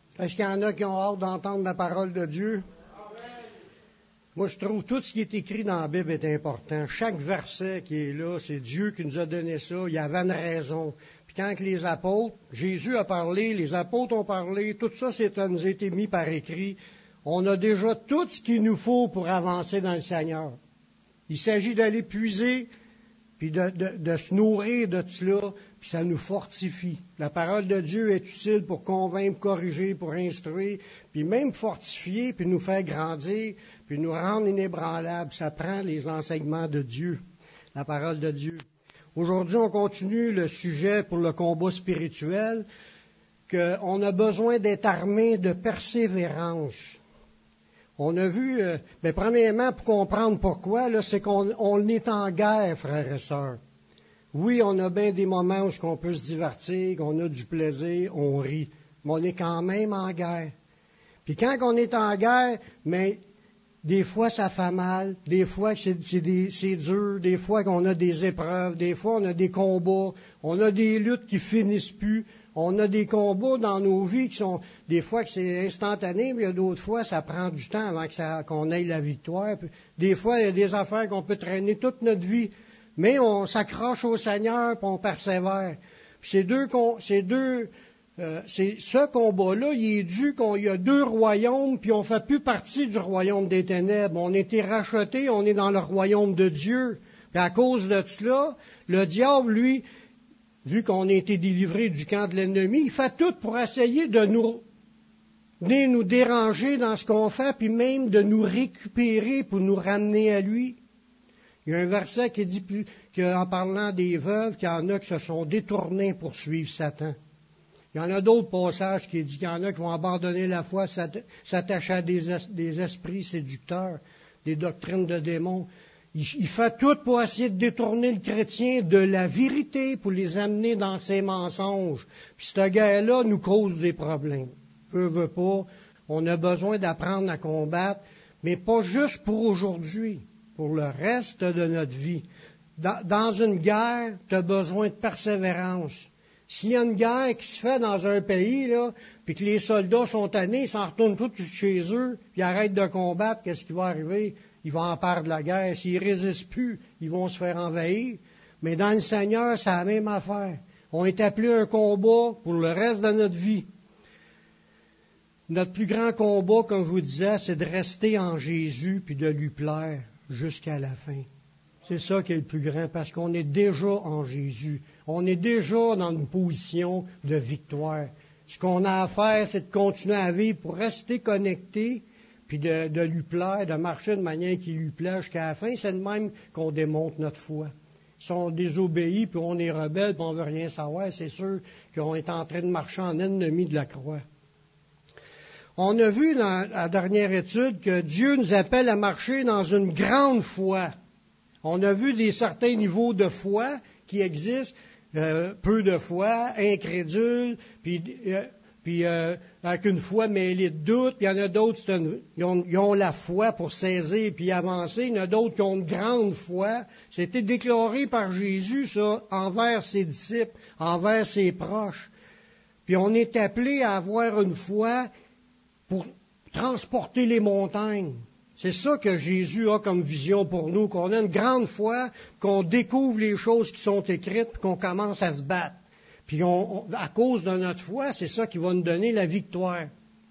Est-ce qu'il y en a qui ont hâte d'entendre la parole de Dieu? Moi, je trouve tout ce qui est écrit dans la Bible est important. Chaque verset qui est là, c'est Dieu qui nous a donné ça. Il y avait une raison. Puis quand les apôtres, Jésus a parlé, les apôtres ont parlé, tout ça, nous a été mis par écrit. On a déjà tout ce qu'il nous faut pour avancer dans le Seigneur. Il s'agit d'aller puiser, puis de se nourrir de cela, puis ça nous fortifie. La parole de Dieu est utile pour convaincre, corriger, pour instruire, puis même fortifier, puis nous faire grandir, puis nous rendre inébranlables. Ça prend les enseignements de Dieu, la parole de Dieu. Aujourd'hui, on continue le sujet pour le combat spirituel, qu'on a besoin d'être armé de persévérance. On a vu, premièrement, pour comprendre pourquoi, là, c'est qu'on est en guerre, frères et sœurs. Oui, on a bien des moments où on peut se divertir, qu'on a du plaisir, on rit, mais on est quand même en guerre. Puis quand on est en guerre, mais des fois ça fait mal, des fois c'est dur, des fois qu'on a des épreuves, des fois on a des combats, on a des luttes qui finissent plus. On a des combats dans nos vies qui sont, des fois que c'est instantané, mais il y a d'autres fois, ça prend du temps avant qu'on ait la victoire. Des fois, il y a des affaires qu'on peut traîner toute notre vie, mais on s'accroche au Seigneur et on persévère. Puis ce combat-là, il est dû qu'il y a deux royaumes, puis on ne fait plus partie du royaume des ténèbres. On a été rachetés, on est dans le royaume de Dieu. Puis à cause de cela, le diable, lui, vu qu'on a été délivré du camp de l'ennemi, il fait tout pour essayer de nous déranger dans ce qu'on fait, puis même de nous récupérer pour nous ramener à lui. Il y a un verset qui dit qu'en parlant des veuves, qu'il y en a qui se sont détournés pour suivre Satan. Il y en a d'autres passages qui disent qu'il y en a qui vont abandonner la foi, s'attacher à des esprits séducteurs, des doctrines de démons. Il fait tout pour essayer de détourner le chrétien de la vérité, pour les amener dans ses mensonges. Puis cette guerre-là nous cause des problèmes. Veut pas, on a besoin d'apprendre à combattre, mais pas juste pour aujourd'hui, pour le reste de notre vie. Dans une guerre, tu as besoin de persévérance. S'il y a une guerre qui se fait dans un pays, là, puis que les soldats sont tannés, ils s'en retournent tous chez eux, puis arrêtent de combattre, qu'est-ce qui va arriver? Ils vont en perdre la guerre. S'ils ne résistent plus, ils vont se faire envahir. Mais dans le Seigneur, c'est la même affaire. On est appelé à un combat pour le reste de notre vie. Notre plus grand combat, comme je vous disais, c'est de rester en Jésus puis de lui plaire jusqu'à la fin. C'est ça qui est le plus grand, parce qu'on est déjà en Jésus. On est déjà dans une position de victoire. Ce qu'on a à faire, c'est de continuer à vivre pour rester connecté, puis de lui plaire, de marcher de manière qui lui plaît jusqu'à la fin. C'est de même qu'on démontre notre foi. Si on désobéit, puis on est rebelle, puis on ne veut rien savoir, c'est sûr qu'on est en train de marcher en ennemi de la croix. On a vu dans la dernière étude que Dieu nous appelle à marcher dans une grande foi. On a vu certains niveaux de foi qui existent, peu de foi, incrédule, puis avec une foi mêlée de doute. Puis il y en a d'autres, ils ont la foi pour saisir puis avancer. Il y en a d'autres qui ont une grande foi. C'était déclaré par Jésus, ça, envers ses disciples, envers ses proches. Puis on est appelé à avoir une foi pour transporter les montagnes. C'est ça que Jésus a comme vision pour nous, qu'on a une grande foi, qu'on découvre les choses qui sont écrites, puis qu'on commence à se battre. Puis à cause de notre foi, c'est ça qui va nous donner la victoire.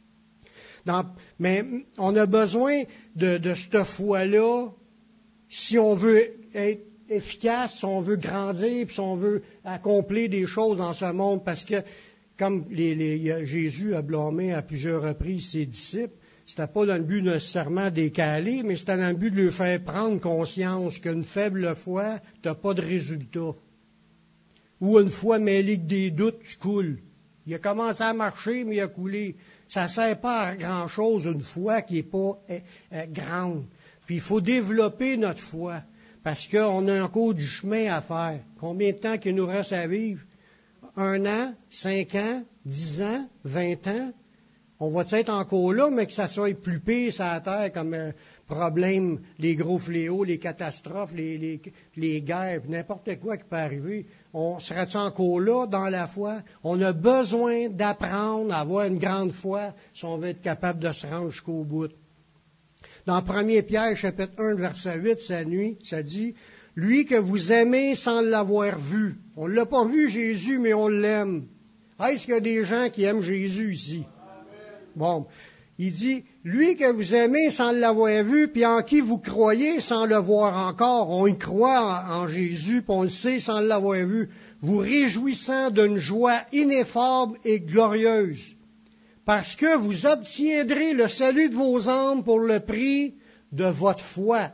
Mais on a besoin de cette foi-là si on veut être efficace, si on veut grandir, puis si on veut accomplir des choses dans ce monde, parce que comme Jésus a blâmé à plusieurs reprises ses disciples, c'était pas dans le but nécessairement d'écaler, mais c'était dans le but de leur faire prendre conscience qu'une faible foi, tu n'as pas de résultat. Ou une foi mêlée que des doutes, tu coules. Il a commencé à marcher, mais il a coulé. Ça ne sert pas à grand-chose, une foi qui n'est pas grande. Puis il faut développer notre foi, parce qu'on a encore du chemin à faire. Combien de temps qu'il nous reste à vivre? 1 an, 5 ans, 10 ans, 20 ans? On va être encore là, mais que ça soit plus pire sur la terre, comme problèmes, les gros fléaux, les catastrophes, les guerres, n'importe quoi qui peut arriver. On serait-tu encore là dans la foi? On a besoin d'apprendre à avoir une grande foi si on veut être capable de se rendre jusqu'au bout. Dans 1 Pierre, chapitre 1, verset 8, ça dit, « Lui que vous aimez sans l'avoir vu. » On ne l'a pas vu, Jésus, mais on l'aime. Est-ce qu'il y a des gens qui aiment Jésus ici? Bon. Il dit, lui que vous aimez sans l'avoir vu, puis en qui vous croyez sans le voir encore. On y croit en Jésus, puis on le sait sans l'avoir vu. Vous réjouissant d'une joie ineffable et glorieuse, parce que vous obtiendrez le salut de vos âmes pour le prix de votre foi.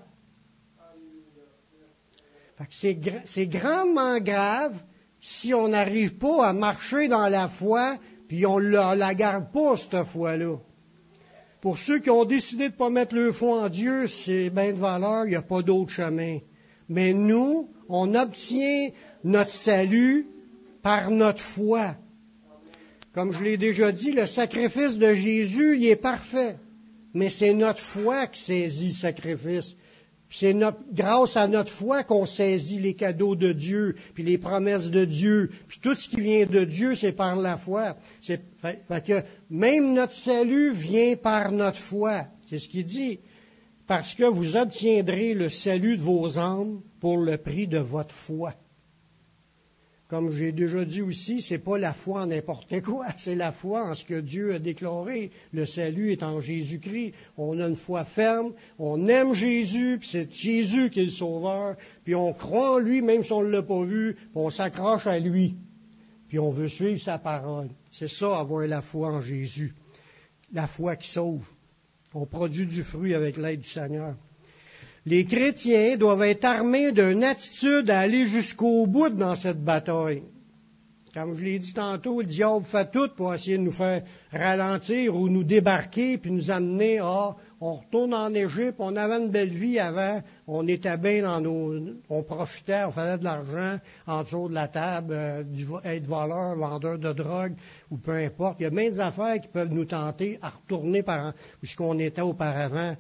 Fait que c'est grandement grave si on n'arrive pas à marcher dans la foi, puis on ne la garde pas, cette foi-là. Pour ceux qui ont décidé de ne pas mettre leur foi en Dieu, c'est bien de valeur, il n'y a pas d'autre chemin. Mais nous, on obtient notre salut par notre foi. Comme je l'ai déjà dit, le sacrifice de Jésus, il est parfait. Mais c'est notre foi qui saisit le sacrifice. C'est grâce à notre foi qu'on saisit les cadeaux de Dieu, puis les promesses de Dieu, puis tout ce qui vient de Dieu, c'est par la foi. Fait que même notre salut vient par notre foi. C'est ce qu'il dit. Parce que vous obtiendrez le salut de vos âmes pour le prix de votre foi. Comme j'ai déjà dit aussi, c'est pas la foi en n'importe quoi, c'est la foi en ce que Dieu a déclaré. Le salut est en Jésus-Christ. On a une foi ferme, on aime Jésus, puis c'est Jésus qui est le Sauveur, puis on croit en lui même si on ne l'a pas vu, puis on s'accroche à lui, puis on veut suivre sa parole. C'est ça, avoir la foi en Jésus. La foi qui sauve. On produit du fruit avec l'aide du Seigneur. Les chrétiens doivent être armés d'une attitude à aller jusqu'au bout dans cette bataille. Comme je l'ai dit tantôt, le diable fait tout pour essayer de nous faire ralentir ou nous débarquer puis nous amener on retourne en Égypte, on avait une belle vie avant, on était bien on profitait, on faisait de l'argent en dessous de la table, être voleur, vendeur de drogue ou peu importe. Il y a bien des affaires qui peuvent nous tenter à retourner où ce qu'on était auparavant.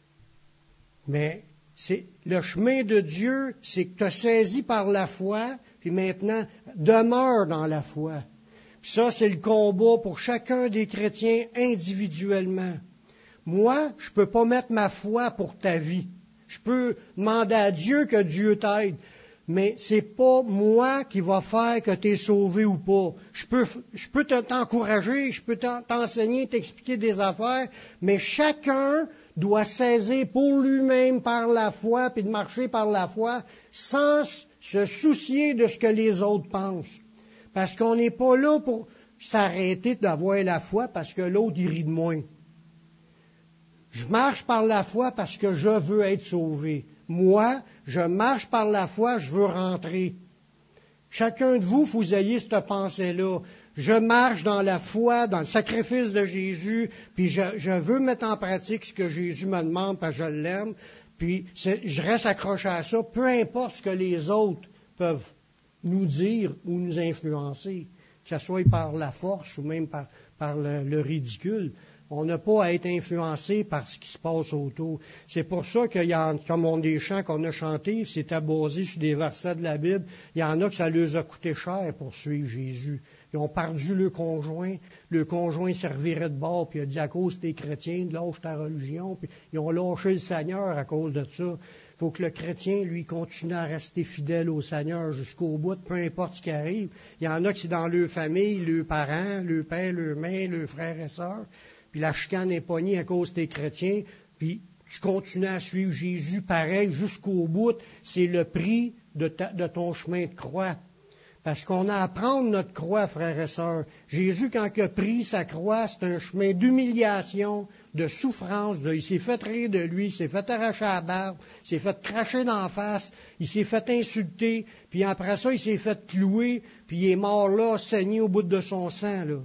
Mais le chemin de Dieu, c'est que tu as saisi par la foi, puis maintenant, demeure dans la foi. Puis ça, c'est le combat pour chacun des chrétiens individuellement. Moi, je ne peux pas mettre ma foi pour ta vie. Je peux demander à Dieu que Dieu t'aide, mais c'est pas moi qui va faire que tu es sauvé ou pas. Je peux t'encourager, je peux t'enseigner, t'expliquer des affaires, mais chacun doit saisir pour lui-même par la foi, puis de marcher par la foi, sans se soucier de ce que les autres pensent. Parce qu'on n'est pas là pour s'arrêter d'avoir la foi parce que l'autre il rit de moi. Je marche par la foi parce que je veux être sauvé. Moi, je marche par la foi, je veux rentrer. Chacun de vous, vous ayez cette pensée-là. Je marche dans la foi, dans le sacrifice de Jésus, puis je veux mettre en pratique ce que Jésus me demande parce que je l'aime, puis je reste accroché à ça, peu importe ce que les autres peuvent nous dire ou nous influencer, que ce soit par la force ou même par le ridicule. On n'a pas à être influencé par ce qui se passe autour. C'est pour ça qu'il y a, comme on des chants qu'on a chantés, c'était basé sur des versets de la Bible. Il y en a que ça leur a coûté cher pour suivre Jésus. Ils ont perdu le conjoint servirait de bord, puis il a dit à cause des chrétiens, lâche ta religion, puis ils ont lâché le Seigneur à cause de ça. Il faut que le chrétien, lui, continue à rester fidèle au Seigneur jusqu'au bout, peu importe ce qui arrive. Il y en a qui c'est dans leur famille, leurs parents, leurs pères, leurs mères, leurs frères et sœurs. Puis la chicane est pognée à cause des chrétiens, puis tu continues à suivre Jésus pareil jusqu'au bout. C'est le prix de ton chemin de croix. Parce qu'on a à prendre notre croix, frères et sœurs. Jésus, quand il a pris sa croix, c'est un chemin d'humiliation, de souffrance. Il s'est fait rire de lui, il s'est fait arracher la barbe, il s'est fait cracher d'en face, il s'est fait insulter, puis après ça, il s'est fait clouer, puis il est mort là, saigné au bout de son sang, là.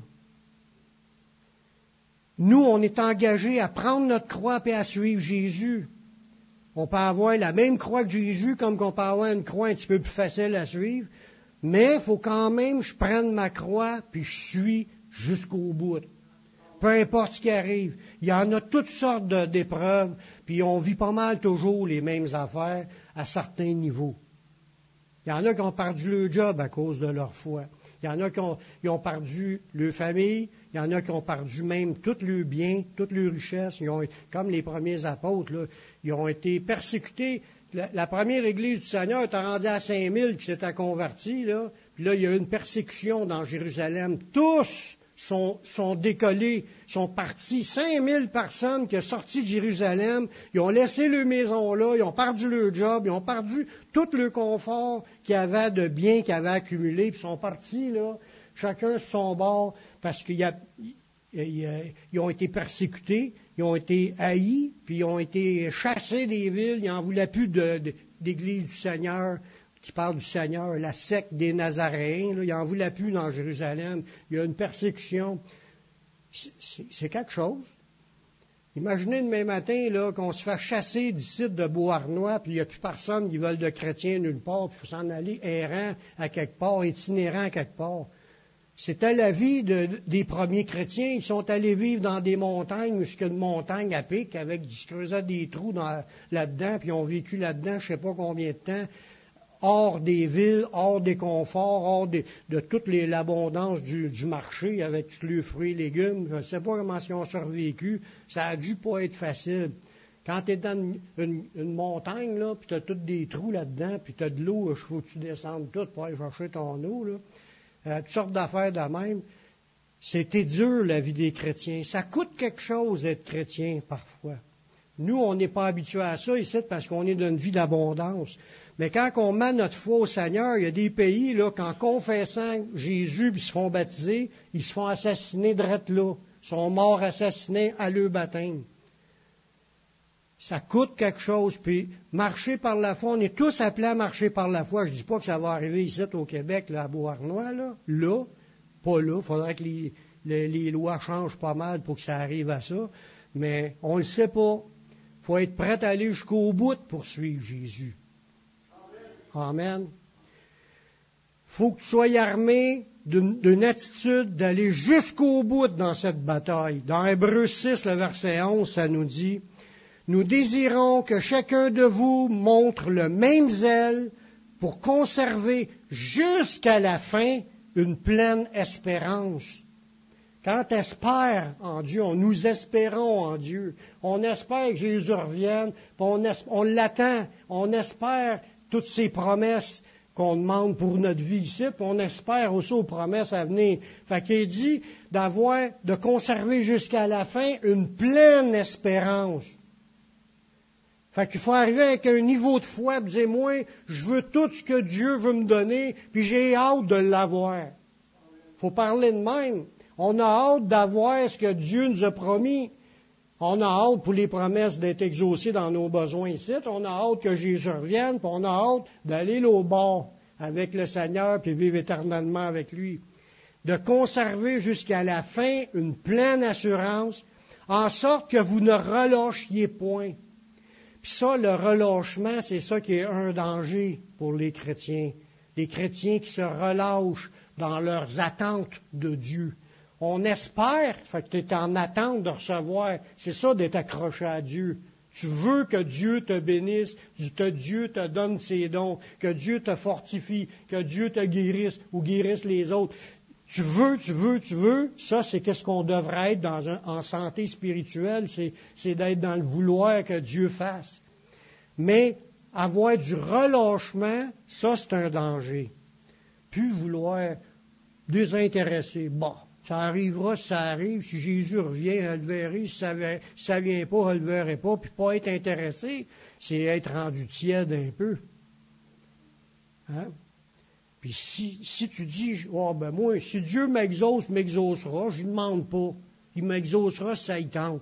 Nous, on est engagés à prendre notre croix et à suivre Jésus. On peut avoir la même croix que Jésus, comme qu'on peut avoir une croix un petit peu plus facile à suivre, mais il faut quand même que je prenne ma croix puis je suis jusqu'au bout. Peu importe ce qui arrive. il y en a toutes sortes d'épreuves, puis on vit pas mal toujours les mêmes affaires à certains niveaux. Il y en a qui ont perdu leur job à cause de leur foi. Il y en a qui ont perdu leur famille. Il y en a qui ont perdu même tous leurs biens, toutes leurs richesses. Comme les premiers apôtres, là, ils ont été persécutés. La première église du Seigneur était rendue à 5000 qui s'étaient convertis. Là. Puis là, il y a eu une persécution dans Jérusalem. Tous sont décollés, sont partis. 5000 personnes qui sont sorties de Jérusalem, ils ont laissé leur maison là, ils ont perdu leur job, ils ont perdu tout le confort qu'ils avaient de biens qu'ils avaient accumulés, puis ils sont partis là, chacun sur son bord, parce qu'ils ont été persécutés, ils ont été haïs, puis ils ont été chassés des villes, ils n'en voulaient plus d'église du Seigneur, qui parle du Seigneur, la secte des Nazaréens, là, il n'en voulait plus dans Jérusalem. Il y a une persécution. C'est quelque chose. Imaginez demain matin là, qu'on se fait chasser d'ici de Beauharnois, puis il n'y a plus personne qui veut de chrétiens nulle part, puis il faut s'en aller errant à quelque part, itinérant à quelque part. C'était la vie des premiers chrétiens. Ils sont allés vivre dans des montagnes, jusqu'à une montagne à pic, ils se creusaient des trous là-dedans, puis ils ont vécu là-dedans, je ne sais pas combien de temps, hors des villes, hors des conforts, hors de toute l'abondance du marché avec tous les fruits et légumes. Je ne sais pas comment ils ont survécu. Ça a dû pas être facile. Quand tu es dans une montagne, là, puis tu as tous des trous là-dedans, puis tu as de l'eau, il faut que tu descendes tout pour aller chercher ton eau, là. Toutes sortes d'affaires de même. C'était dur, la vie des chrétiens. Ça coûte quelque chose d'être chrétien, parfois. Nous, on n'est pas habitués à ça ici parce qu'on est dans une vie d'abondance. Mais quand on met notre foi au Seigneur, il y a des pays, là, qu'en confessant Jésus, puis se font baptiser, ils se font assassiner drette là. Ils sont morts assassinés à leur baptême. Ça coûte quelque chose. Puis, marcher par la foi, on est tous appelés à marcher par la foi. Je ne dis pas que ça va arriver ici au Québec, là, à Beauharnois, là. Là, pas là. Il faudrait que les lois changent pas mal pour que ça arrive à ça. Mais on ne le sait pas. Il faut être prêt à aller jusqu'au bout pour suivre Jésus. Amen. Faut que tu sois armé d'une attitude d'aller jusqu'au bout dans cette bataille. Dans Hébreux 6, le verset 11, ça nous dit, « Nous désirons que chacun de vous montre le même zèle pour conserver jusqu'à la fin une pleine espérance. » Quand tu espères en Dieu, nous espérons en Dieu. On espère que Jésus revienne, puis on l'attend. On espère toutes ces promesses qu'on demande pour notre vie ici, puis on espère aussi aux promesses à venir. Fait qu'il dit de conserver jusqu'à la fin une pleine espérance. Fait qu'il faut arriver avec un niveau de foi, et dire, moi, je veux tout ce que Dieu veut me donner, puis j'ai hâte de l'avoir. Faut parler de même. On a hâte d'avoir ce que Dieu nous a promis. On a hâte pour les promesses d'être exaucés dans nos besoins ici. On a hâte que Jésus revienne, puis on a hâte d'aller au bord avec le Seigneur, puis vivre éternellement avec lui. De conserver jusqu'à la fin une pleine assurance, en sorte que vous ne relâchiez point. Puis ça, le relâchement, c'est ça qui est un danger pour les chrétiens. Les chrétiens qui se relâchent dans leurs attentes de Dieu. On espère, fait que tu es en attente de recevoir. C'est ça d'être accroché à Dieu. Tu veux que Dieu te bénisse, que Dieu te donne ses dons, que Dieu te fortifie, que Dieu te guérisse ou guérisse les autres. Tu veux. Ça, c'est qu'est-ce qu'on devrait être en santé spirituelle, c'est d'être dans le vouloir que Dieu fasse. Mais avoir du relâchement, ça, c'est un danger. Plus vouloir désintéresser. Bon, ça arrivera si ça arrive. Si Jésus revient, je le verrai. Si ça ne vient pas, je le verrai pas. Puis pas être intéressé, c'est être rendu tiède un peu. Hein? Puis si tu dis, oh, ben moi, si Dieu m'exaucera, je ne demande pas. Il m'exaucera si ça y tente.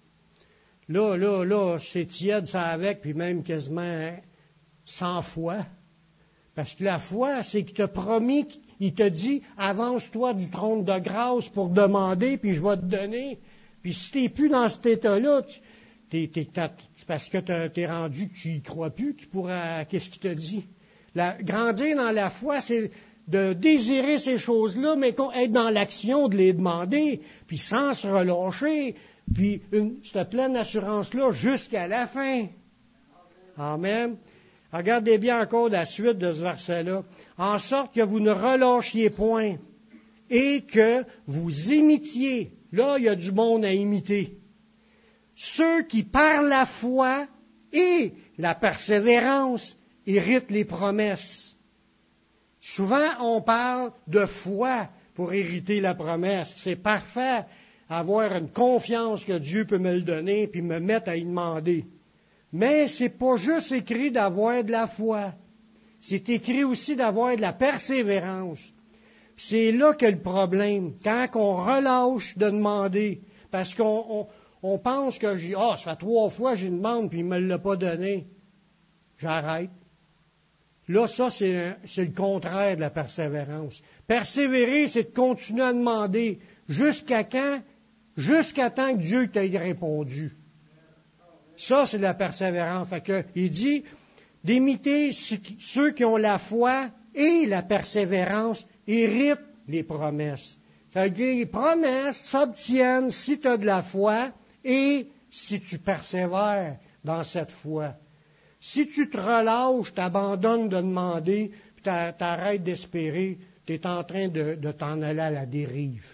Là, c'est tiède, ça avec, puis même quasiment sans foi. Parce que la foi, c'est qu'il t'a promis, il t'a dit, avance-toi du trône de grâce pour demander, puis je vais te donner. Puis si tu n'es plus dans cet état-là, c'est parce que tu es rendu que tu y crois plus, qu'est-ce qu'il t'a dit? Grandir dans la foi, de désirer ces choses-là, mais être dans l'action de les demander, puis sans se relâcher, puis cette pleine assurance-là jusqu'à la fin. Amen. Regardez bien encore la suite de ce verset-là. En sorte que vous ne relâchiez point et que vous imitiez. Là, il y a du monde à imiter. Ceux qui, par la foi et la persévérance, héritent les promesses. Souvent, on parle de foi pour hériter la promesse. C'est parfait avoir une confiance que Dieu peut me le donner puis me mettre à y demander. Mais c'est pas juste écrit d'avoir de la foi. C'est écrit aussi d'avoir de la persévérance. C'est là que le problème. Quand on relâche de demander, parce qu'on pense que ça fait 3 fois que je demande puis il ne me l'a pas donné. J'arrête. Là, ça, c'est le contraire de la persévérance. Persévérer, c'est de continuer à demander. Jusqu'à quand? Jusqu'à temps que Dieu t'ait répondu. Ça, c'est de la persévérance. Fait que, il dit d'imiter ceux qui ont la foi et la persévérance héritent les promesses. Ça veut dire que les promesses s'obtiennent si tu as de la foi et si tu persévères dans cette foi. Si tu te relâches, t'abandonnes de demander, puis t'arrêtes d'espérer, tu es en train de t'en aller à la dérive.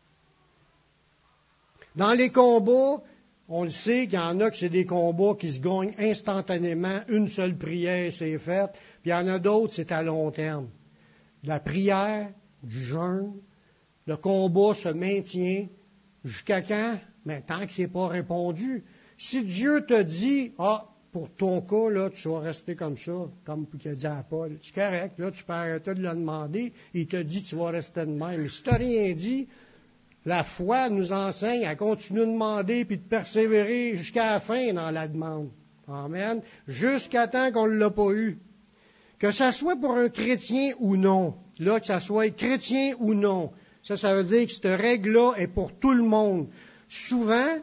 Dans les combats, on le sait qu'il y en a que c'est des combats qui se gagnent instantanément, une seule prière, c'est fait, puis il y en a d'autres, c'est à long terme. De la prière, du jeûne, le combat se maintient jusqu'à quand? Mais tant que c'est pas répondu. Si Dieu te dit, pour ton cas, là, tu vas rester comme ça, comme il a dit à Paul, c'est correct, là, tu peux arrêter de le demander, il te dit, tu vas rester de même. Mais si tu n'as rien dit, la foi nous enseigne à continuer de demander puis de persévérer jusqu'à la fin dans la demande. Amen. Jusqu'à temps qu'on ne l'a pas eu. Que ça soit pour un chrétien ou non, là, que ça soit chrétien ou non, ça veut dire que cette règle-là est pour tout le monde. Souvent,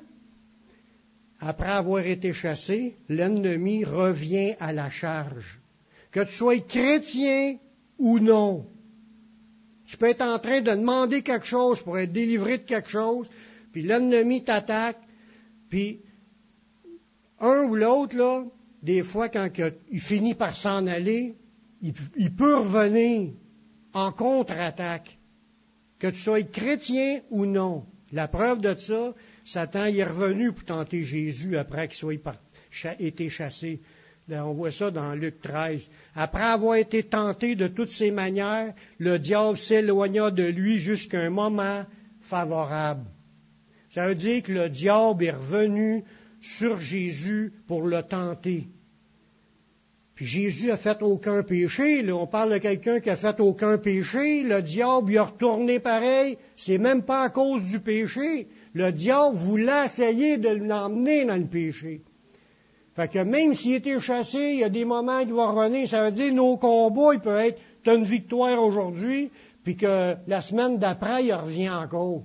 après avoir été chassé, l'ennemi revient à la charge. Que tu sois chrétien ou non. Tu peux être en train de demander quelque chose pour être délivré de quelque chose, puis l'ennemi t'attaque, puis un ou l'autre, là, des fois, quand il finit par s'en aller, il peut revenir en contre-attaque. Que tu sois chrétien ou non. La preuve de ça, Satan est revenu pour tenter Jésus après qu'il soit été chassé. Là, on voit ça dans Luc 13. Après avoir été tenté de toutes ses manières, le diable s'éloigna de lui jusqu'à un moment favorable. Ça veut dire que le diable est revenu sur Jésus pour le tenter. Puis Jésus a fait aucun péché. Là, on parle de quelqu'un qui a fait aucun péché. Le diable, il a retourné pareil. C'est même pas à cause du péché. Le diable voulait essayer de l'emmener dans le péché. Fait que même s'il était chassé, il y a des moments qu'il va revenir. Ça veut dire nos combats, il peut être, tu as une victoire aujourd'hui, puis que la semaine d'après, il revient encore.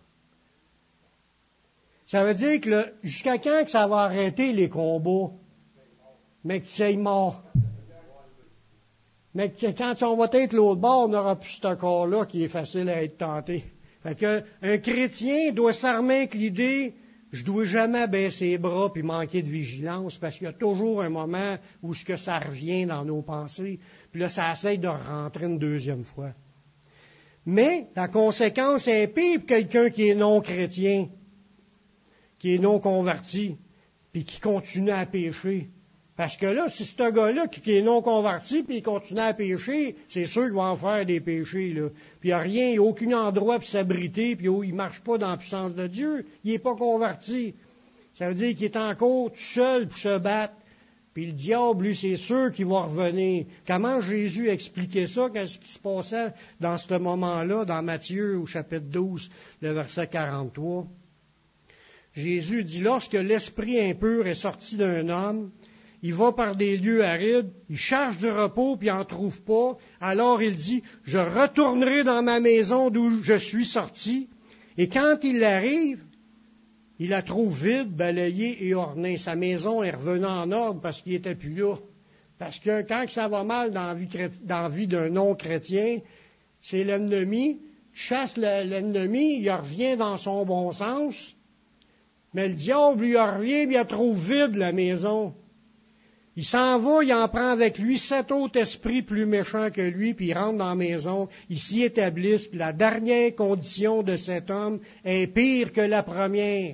Ça veut dire que jusqu'à quand que ça va arrêter les combats? Mais que c'est mort. Mais que quand on va être l'autre bord, on n'aura plus ce corps-là qui est facile à être tenté. Fait que un chrétien doit s'armer avec l'idée, je dois jamais baisser les bras puis manquer de vigilance, parce qu'il y a toujours un moment où ce que ça revient dans nos pensées, puis là, ça essaie de rentrer une deuxième fois. Mais la conséquence est pire pour quelqu'un qui est non chrétien, qui est non converti, puis qui continue à pécher. Parce que là, si ce gars-là qui est non converti, puis il continue à pécher, c'est sûr qu'il va en faire des péchés, là. Puis il n'y a rien, il n'y a aucun endroit pour s'abriter, puis il ne marche pas dans la puissance de Dieu. Il n'est pas converti. Ça veut dire qu'il est encore tout seul pour se battre. Puis le diable, lui, c'est sûr qu'il va revenir. Comment Jésus expliquait ça? Qu'est-ce qui se passait dans ce moment-là, dans Matthieu, au chapitre 12, le verset 43? Jésus dit, lorsque l'esprit impur est sorti d'un homme, il va par des lieux arides, il cherche du repos, puis il n'en trouve pas. Alors il dit, je retournerai dans ma maison d'où je suis sorti. Et quand il arrive, il la trouve vide, balayée et ornée. Sa maison est revenue en ordre parce qu'il n'était plus là. Parce que quand ça va mal dans la vie d'un non-chrétien, c'est l'ennemi. Tu chasses l'ennemi, il revient dans son bon sens. Mais le diable, lui, il revient, puis il trouve vide la maison. Il s'en va, il en prend avec lui 7 autres esprits plus méchants que lui, puis il rentre dans la maison, il s'y établissent, puis la dernière condition de cet homme est pire que la première.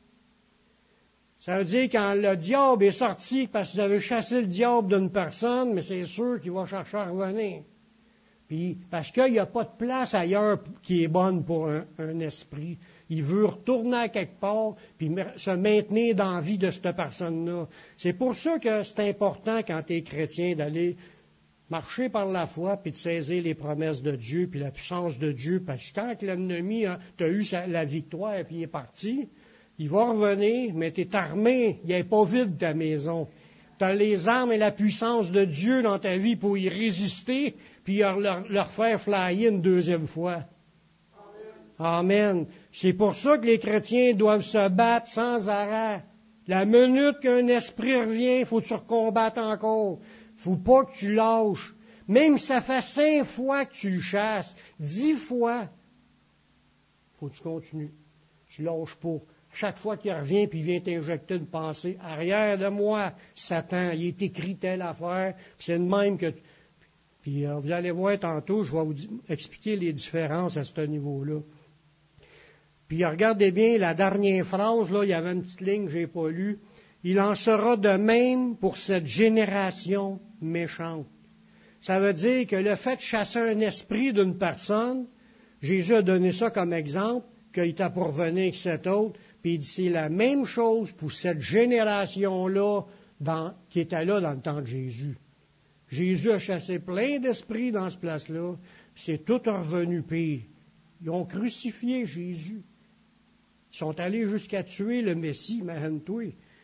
Ça veut dire quand le diable est sorti, parce que vous avez chassé le diable d'une personne, mais c'est sûr qu'il va chercher à revenir. Puis, parce qu'il n'y a pas de place ailleurs qui est bonne pour un esprit. Il veut retourner à quelque part, puis se maintenir dans la vie de cette personne-là. C'est pour ça que c'est important, quand tu es chrétien, d'aller marcher par la foi, puis de saisir les promesses de Dieu, puis la puissance de Dieu. Parce que quand l'ennemi t'a eu la victoire, puis il est parti, il va revenir, mais tu es armé, il n'est pas vide ta maison. Tu as les armes et la puissance de Dieu dans ta vie pour y résister, puis leur faire flyer une deuxième fois. Amen. C'est pour ça que les chrétiens doivent se battre sans arrêt. La minute qu'un esprit revient, il faut que tu recombattes encore. Il ne faut pas que tu lâches. Même si ça fait 5 fois que tu le chasses, 10 fois, il faut que tu continues. Tu lâches pas. Chaque fois qu'il revient, puis il vient t'injecter une pensée. Arrière de moi, Satan, il est écrit telle affaire, puis c'est de même que... Puis vous allez voir tantôt, je vais vous expliquer les différences à ce niveau-là. Puis regardez bien la dernière phrase, là, il y avait une petite ligne que je n'ai pas lue. Il en sera de même pour cette génération méchante. Ça veut dire que le fait de chasser un esprit d'une personne, Jésus a donné ça comme exemple, qu'il était pour venir avec cet autre, puis il dit c'est la même chose pour cette génération-là qui était là dans le temps de Jésus. Jésus a chassé plein d'esprits dans ce place-là, puis c'est tout revenu pire. Ils ont crucifié Jésus. Ils sont allés jusqu'à tuer le Messie, imagine-toi.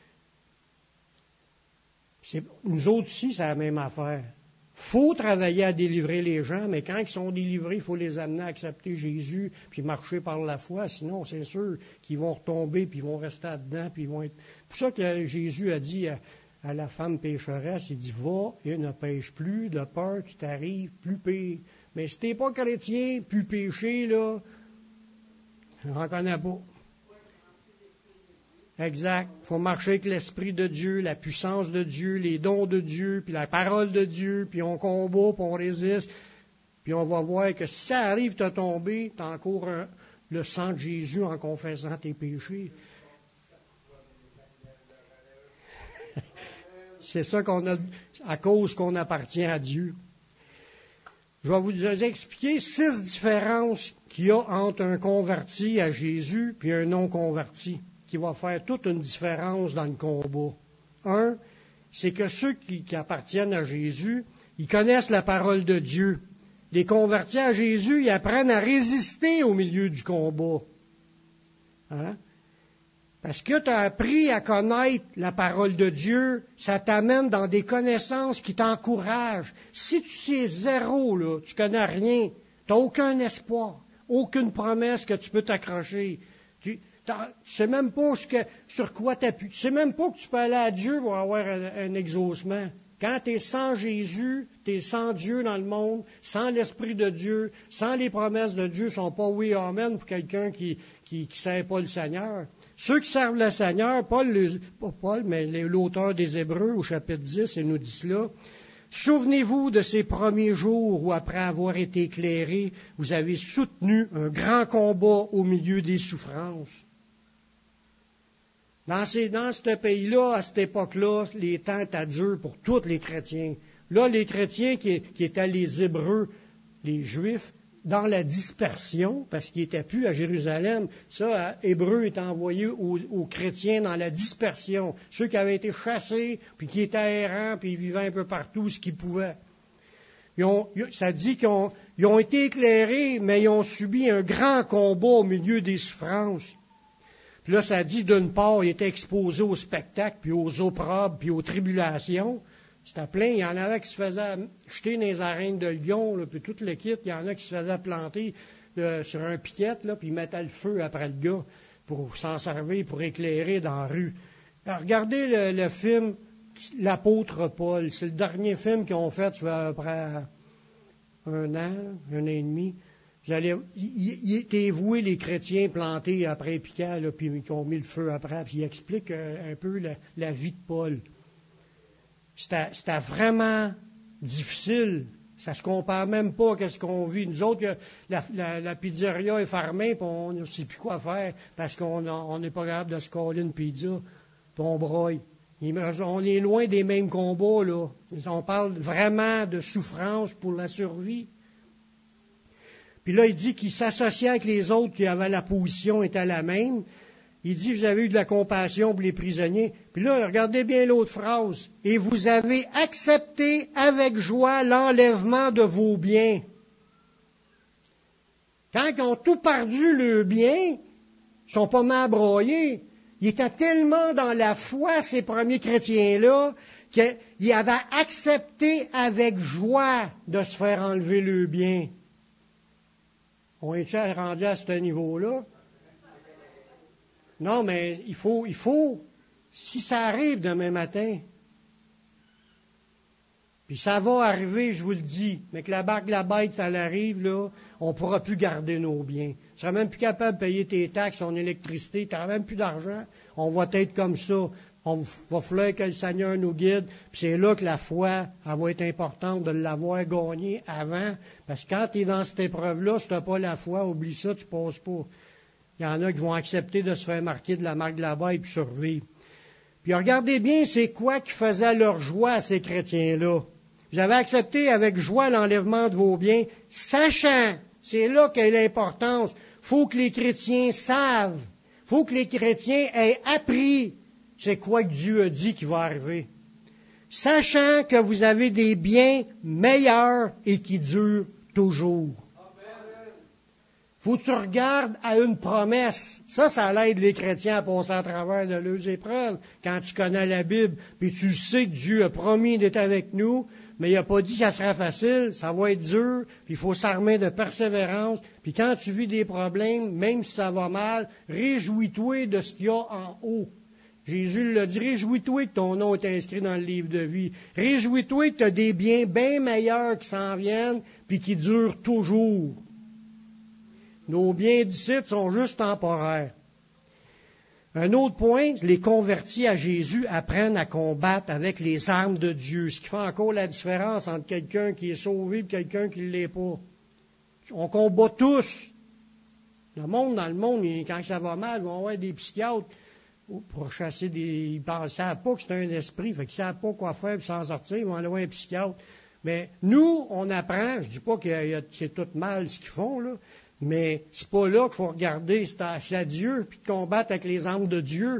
Nous autres ici, c'est la même affaire. Il faut travailler à délivrer les gens, mais quand ils sont délivrés, il faut les amener à accepter Jésus, puis marcher par la foi. Sinon, c'est sûr qu'ils vont retomber, puis ils vont rester là-dedans, puis ils vont être... C'est pour ça que Jésus a dit à la femme pécheresse, il dit, va et ne pêche plus, de peur qu'il t'arrive plus pire. Mais si t'es pas chrétien, plus péché, là, je n'en connais pas. Exact. Il faut marcher avec l'Esprit de Dieu, la puissance de Dieu, les dons de Dieu, puis la parole de Dieu, puis on combat, puis on résiste. Puis on va voir que si ça arrive de tomber, tu as encore le sang de Jésus en confessant tes péchés. C'est ça qu'on a, à cause qu'on appartient à Dieu. Je vais vous expliquer 6 différences qu'il y a entre un converti à Jésus et un non-converti, qui va faire toute une différence dans le combat. Un, c'est que ceux qui appartiennent à Jésus, ils connaissent la parole de Dieu. Les convertis à Jésus, ils apprennent à résister au milieu du combat. Hein? Parce que tu as appris à connaître la parole de Dieu, ça t'amène dans des connaissances qui t'encouragent. Si tu sais zéro, là, tu connais rien, tu n'as aucun espoir, aucune promesse que tu peux t'accrocher. Tu sais même pas sur quoi t'appuies. Tu sais même pas que tu peux aller à Dieu pour avoir un exaucement. Quand tu es sans Jésus, tu es sans Dieu dans le monde, sans l'Esprit de Dieu, sans les promesses de Dieu, ne sont pas oui, amen pour quelqu'un qui ne sert pas le Seigneur. Ceux qui servent le Seigneur, pas Paul, mais l'auteur des Hébreux au chapitre 10, il nous dit cela. Souvenez-vous de ces premiers jours où, après avoir été éclairés, vous avez soutenu un grand combat au milieu des souffrances. Dans ce pays-là, à cette époque-là, les temps étaient durs pour tous les chrétiens. Là, les chrétiens qui étaient les Hébreux, les Juifs, dans la dispersion, parce qu'ils n'étaient plus à Jérusalem, ça, Hébreux est envoyé aux chrétiens dans la dispersion. Ceux qui avaient été chassés, puis qui étaient errants, puis ils vivaient un peu partout ce qu'ils pouvaient. Ça dit qu'ils ont été éclairés, mais ils ont subi un grand combat au milieu des souffrances. Puis là, ça dit, d'une part, ils étaient exposés au spectacle, puis aux opprobres, puis aux tribulations. C'était plein. Il y en avait qui se faisaient jeter dans les arènes de lion, là, puis tout le kit. Il y en a qui se faisaient planter sur un piquette, là, puis ils mettaient le feu après le gars pour s'en servir, pour éclairer dans la rue. Alors, regardez le film L'Apôtre Paul. C'est le dernier film qu'ils ont fait, après un an et demi. Il était voué les chrétiens plantés après Picard, là, puis qui ont mis le feu après, puis il explique un peu la vie de Paul. C'était vraiment difficile. Ça se compare même pas à ce qu'on vit. Nous autres, la pizzeria est fermée, puis on ne sait plus quoi faire, parce qu'on n'est pas capable de se coller une pizza, puis on broye. On est loin des mêmes combats, là. On parle vraiment de souffrance pour la survie. Puis là, il dit qu'il s'associait avec les autres qui avaient la position, étaient la même. Il dit, vous avez eu de la compassion pour les prisonniers. Puis là, regardez bien l'autre phrase. Et vous avez accepté avec joie l'enlèvement de vos biens. Quand ils ont tout perdu le bien, ils sont pas mal broyés. Ils étaient tellement dans la foi, ces premiers chrétiens-là, qu'ils avaient accepté avec joie de se faire enlever le bien. On est rendu à ce niveau-là? Non, mais il faut, si ça arrive demain matin, puis ça va arriver, je vous le dis, mais que la barque de la bête, ça arrive, là, on ne pourra plus garder nos biens. Tu ne seras même plus capable de payer tes taxes, ton électricité, tu n'auras même plus d'argent. On va être comme ça. On va falloir que le Seigneur nous guide. Puis c'est là que la foi, elle va être importante de l'avoir gagnée avant. Parce que quand tu es dans cette épreuve-là, si tu n'as pas la foi, oublie ça, tu ne passes pas. Il y en a qui vont accepter de se faire marquer de la marque de la bête puis survivre. Puis regardez bien, c'est quoi qui faisait leur joie à ces chrétiens-là. Vous avez accepté avec joie l'enlèvement de vos biens, sachant, c'est là qu'est l'importance, faut que les chrétiens savent, faut que les chrétiens aient appris c'est quoi que Dieu a dit qui va arriver. Sachant que vous avez des biens meilleurs et qui durent toujours. Faut que tu regardes à une promesse. Ça l'aide les chrétiens à passer à travers de leurs épreuves. Quand tu connais la Bible, puis tu sais que Dieu a promis d'être avec nous, mais il n'a pas dit que ça sera facile, ça va être dur, puis il faut s'armer de persévérance. Puis quand tu vis des problèmes, même si ça va mal, réjouis-toi de ce qu'il y a en haut. Jésus l'a dit, réjouis-toi que ton nom est inscrit dans le livre de vie. Réjouis-toi que tu as des biens bien meilleurs qui s'en viennent, puis qui durent toujours. Nos biens d'ici sont juste temporaires. Un autre point, les convertis à Jésus apprennent à combattre avec les armes de Dieu, ce qui fait encore la différence entre quelqu'un qui est sauvé et quelqu'un qui ne l'est pas. On combat tous. Dans le monde, quand ça va mal, ils vont avoir des psychiatres pour chasser des... Ils ne savent pas que c'est un esprit, fait qu'ils ne savent pas quoi faire pour s'en sortir, ils vont aller voir un psychiatre. Mais nous, on apprend, je ne dis pas que c'est tout mal ce qu'ils font, là, mais c'est pas là qu'il faut regarder, c'est à Dieu, puis de combattre avec les armes de Dieu.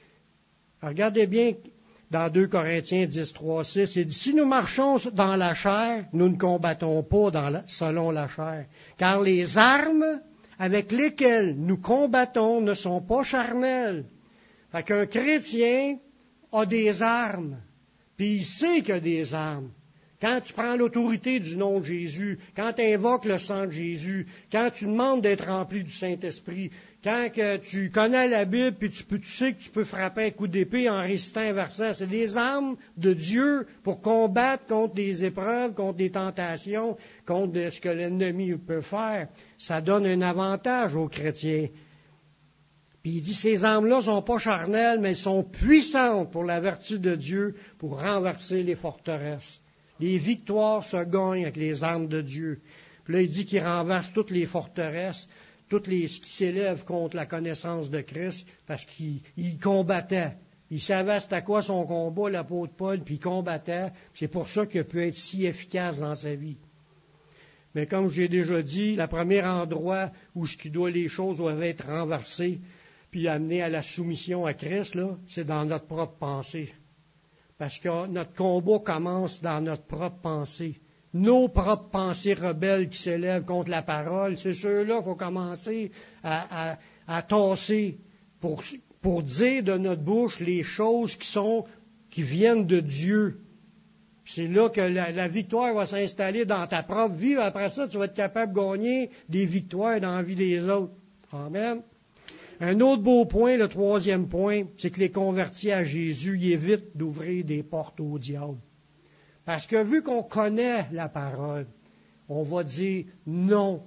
Alors, regardez bien dans 2 Corinthiens 10, 3, 6, il dit, si nous marchons dans la chair, nous ne combattons pas selon la chair, car les armes avec lesquelles nous combattons ne sont pas charnelles. Fait qu'un chrétien a des armes, puis il sait qu'il a des armes. Quand tu prends l'autorité du nom de Jésus, quand tu invoques le sang de Jésus, quand tu demandes d'être rempli du Saint-Esprit, quand que tu connais la Bible, puis tu sais que tu peux frapper un coup d'épée en récitant un verset, c'est des armes de Dieu pour combattre contre des épreuves, contre des tentations, contre ce que l'ennemi peut faire. Ça donne un avantage aux chrétiens. Puis il dit, ces armes-là ne sont pas charnelles, mais elles sont puissantes pour la vertu de Dieu, pour renverser les forteresses. Les victoires se gagnent avec les armes de Dieu. Puis là, il dit qu'il renverse toutes les forteresses, ce qui s'élèvent contre la connaissance de Christ, parce qu'il combattait. Il savait c'était quoi son combat, l'apôtre Paul, puis il combattait. C'est pour ça qu'il a pu être si efficace dans sa vie. Mais comme j'ai déjà dit, le premier endroit où les choses doivent être renversées, puis amenées à la soumission à Christ, là, c'est dans notre propre pensée. Parce que notre combat commence dans notre propre pensée. Nos propres pensées rebelles qui s'élèvent contre la parole, c'est ceux-là qu'il faut commencer à tasser pour dire de notre bouche les choses qui viennent de Dieu. C'est là que la victoire va s'installer dans ta propre vie. Après ça, tu vas être capable de gagner des victoires dans la vie des autres. Amen. Un autre beau point, le 3e point, c'est que les convertis à Jésus, ils évitent d'ouvrir des portes au diable. Parce que vu qu'on connaît la parole, on va dire non.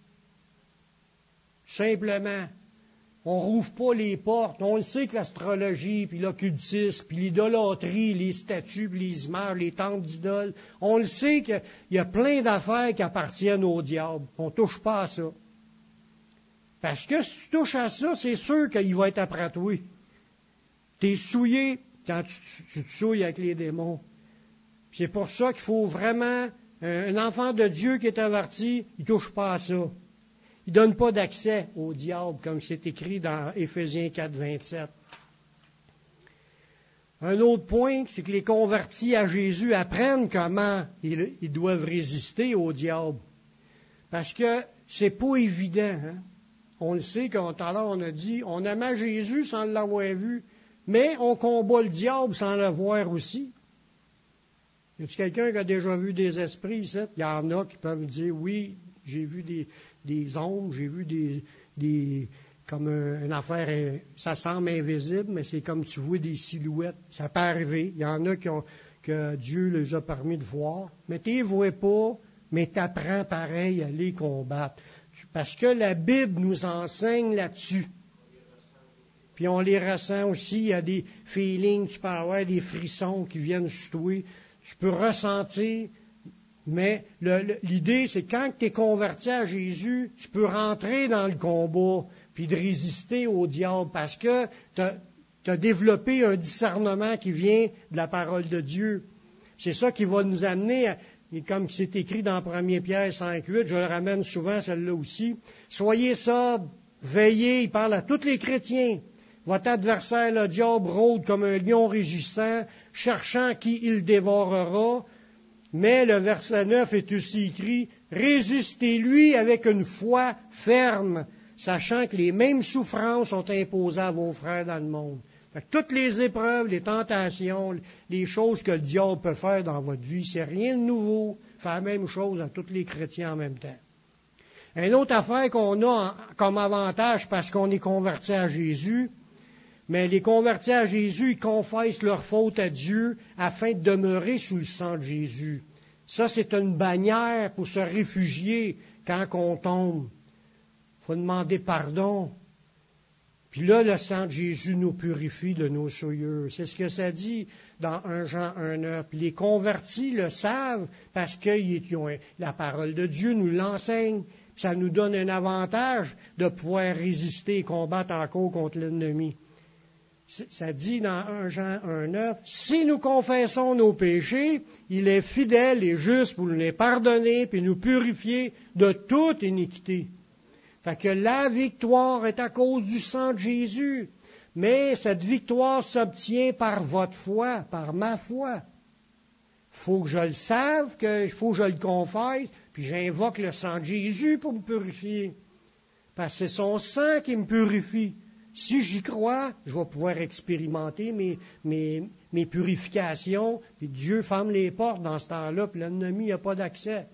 Simplement. On rouvre pas les portes. On le sait que l'astrologie, puis l'occultisme, puis l'idolâtrie, les statues, puis les images, les temples d'idoles, on le sait qu'il y a plein d'affaires qui appartiennent au diable. On ne touche pas à ça. Parce que si tu touches à ça, c'est sûr qu'il va être après toi. Tu es souillé quand tu te souilles avec les démons. C'est pour ça qu'il faut vraiment, un enfant de Dieu qui est averti, il ne touche pas à ça. Il ne donne pas d'accès au diable, comme c'est écrit dans Éphésiens 4, 27. Un autre point, c'est que les convertis à Jésus apprennent comment ils doivent résister au diable. Parce que c'est pas évident. Hein? On le sait, quand tout à l'heure on a dit, on aimait Jésus sans l'avoir vu, mais on combat le diable sans le voir aussi. Y a-t-il quelqu'un qui a déjà vu des esprits ici? Il y en a qui peuvent dire, oui, j'ai vu des ombres, j'ai vu des comme une affaire, ça semble invisible, mais c'est comme tu vois des silhouettes. Ça peut arriver. Il y en a que Dieu les a permis de voir. Mais tu ne les vois pas, mais tu apprends pareil à les combattre. Parce que la Bible nous enseigne là-dessus. Puis on les ressent aussi. Il y a des feelings, tu peux avoir des frissons qui viennent sur toi. Tu peux ressentir. Mais l'idée, c'est quand tu es converti à Jésus, tu peux rentrer dans le combat puis de résister au diable parce que tu as développé un discernement qui vient de la parole de Dieu. C'est ça qui va nous amener, comme c'est écrit dans 1 Pierre 5,8, je le ramène souvent celle-là aussi, soyez sobres, veillez, il parle à tous les chrétiens. Votre adversaire, le diable, rôde comme un lion rugissant, cherchant qui il dévorera. Mais le verset 9 est aussi écrit, résistez-lui avec une foi ferme, sachant que les mêmes souffrances sont imposées à vos frères dans le monde. Fait que toutes les épreuves, les tentations, les choses que le diable peut faire dans votre vie, c'est rien de nouveau. Il fait la même chose à tous les chrétiens en même temps. Une autre affaire qu'on a comme avantage parce qu'on est converti à Jésus, mais les convertis à Jésus, ils confessent leurs fautes à Dieu afin de demeurer sous le sang de Jésus. Ça, c'est une bannière pour se réfugier quand on tombe. Il faut demander pardon. Puis là, le sang de Jésus nous purifie de nos souillures. C'est ce que ça dit dans 1 Jean 1,9. Les convertis le savent parce que la parole de Dieu nous l'enseigne. Ça nous donne un avantage de pouvoir résister et combattre encore contre l'ennemi. Ça dit dans 1 Jean 1,9, si nous confessons nos péchés, il est fidèle et juste pour nous les pardonner et nous purifier de toute iniquité. Fait que la victoire est à cause du sang de Jésus. Mais cette victoire s'obtient par votre foi, par ma foi. Il faut que je le sache, il faut que je le confesse, puis j'invoque le sang de Jésus pour me purifier. Parce que c'est son sang qui me purifie. Si j'y crois, je vais pouvoir expérimenter mes purifications, puis Dieu ferme les portes dans ce temps-là, puis l'ennemi n'a pas d'accès.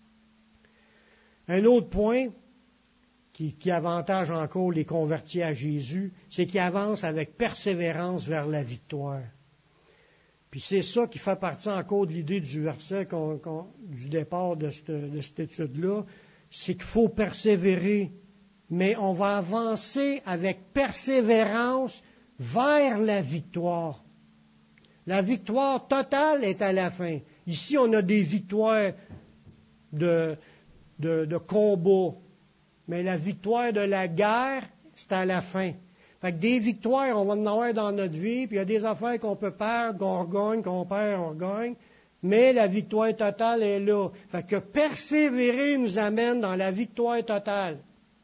Un autre point qui avantage encore les convertis à Jésus, c'est qu'ils avancent avec persévérance vers la victoire. Puis c'est ça qui fait partie encore de l'idée du verset du départ de cette étude-là, c'est qu'il faut persévérer. Mais on va avancer avec persévérance vers la victoire. La victoire totale est à la fin. Ici, on a des victoires de combat, mais la victoire de la guerre, c'est à la fin. Fait que des victoires, on va en avoir dans notre vie, puis il y a des affaires qu'on peut perdre, qu'on regagne, qu'on perd, on regagne, mais la victoire totale est là. Fait que persévérer nous amène dans la victoire totale.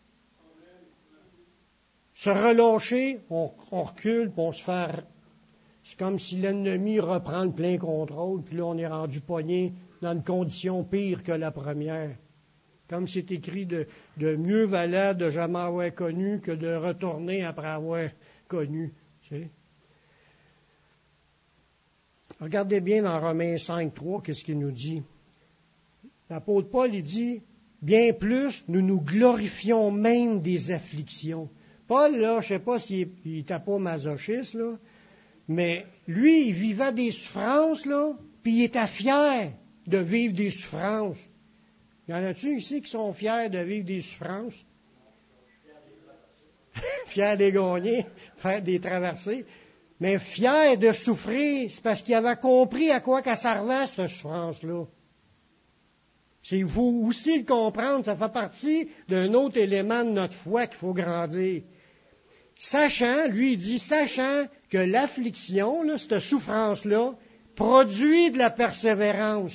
Se relâcher, on recule, puis on se fait... C'est comme si l'ennemi reprend le plein contrôle, puis là, on est rendu pogné dans une condition pire que la première. Comme c'est écrit, de mieux valait de jamais avoir connu que de retourner après avoir connu. Tu sais. Regardez bien dans Romains 5,3, qu'est-ce qu'il nous dit. L'apôtre Paul, il dit, bien plus, nous nous glorifions même des afflictions. Paul, là, je ne sais pas s'il n'était pas masochiste, là, mais lui, il vivait des souffrances, là, puis il était fier de vivre des souffrances. Y en a-tu ici qui sont fiers de vivre des souffrances? Fiers de les gagner, faire des traversées. Mais fiers de souffrir, c'est parce qu'ils avaient compris à quoi qu'elle servait, cette souffrance-là. Il faut aussi le comprendre, ça fait partie d'un autre élément de notre foi qu'il faut grandir. Sachant, lui il dit, sachant que l'affliction, là, cette souffrance-là, produit de la persévérance.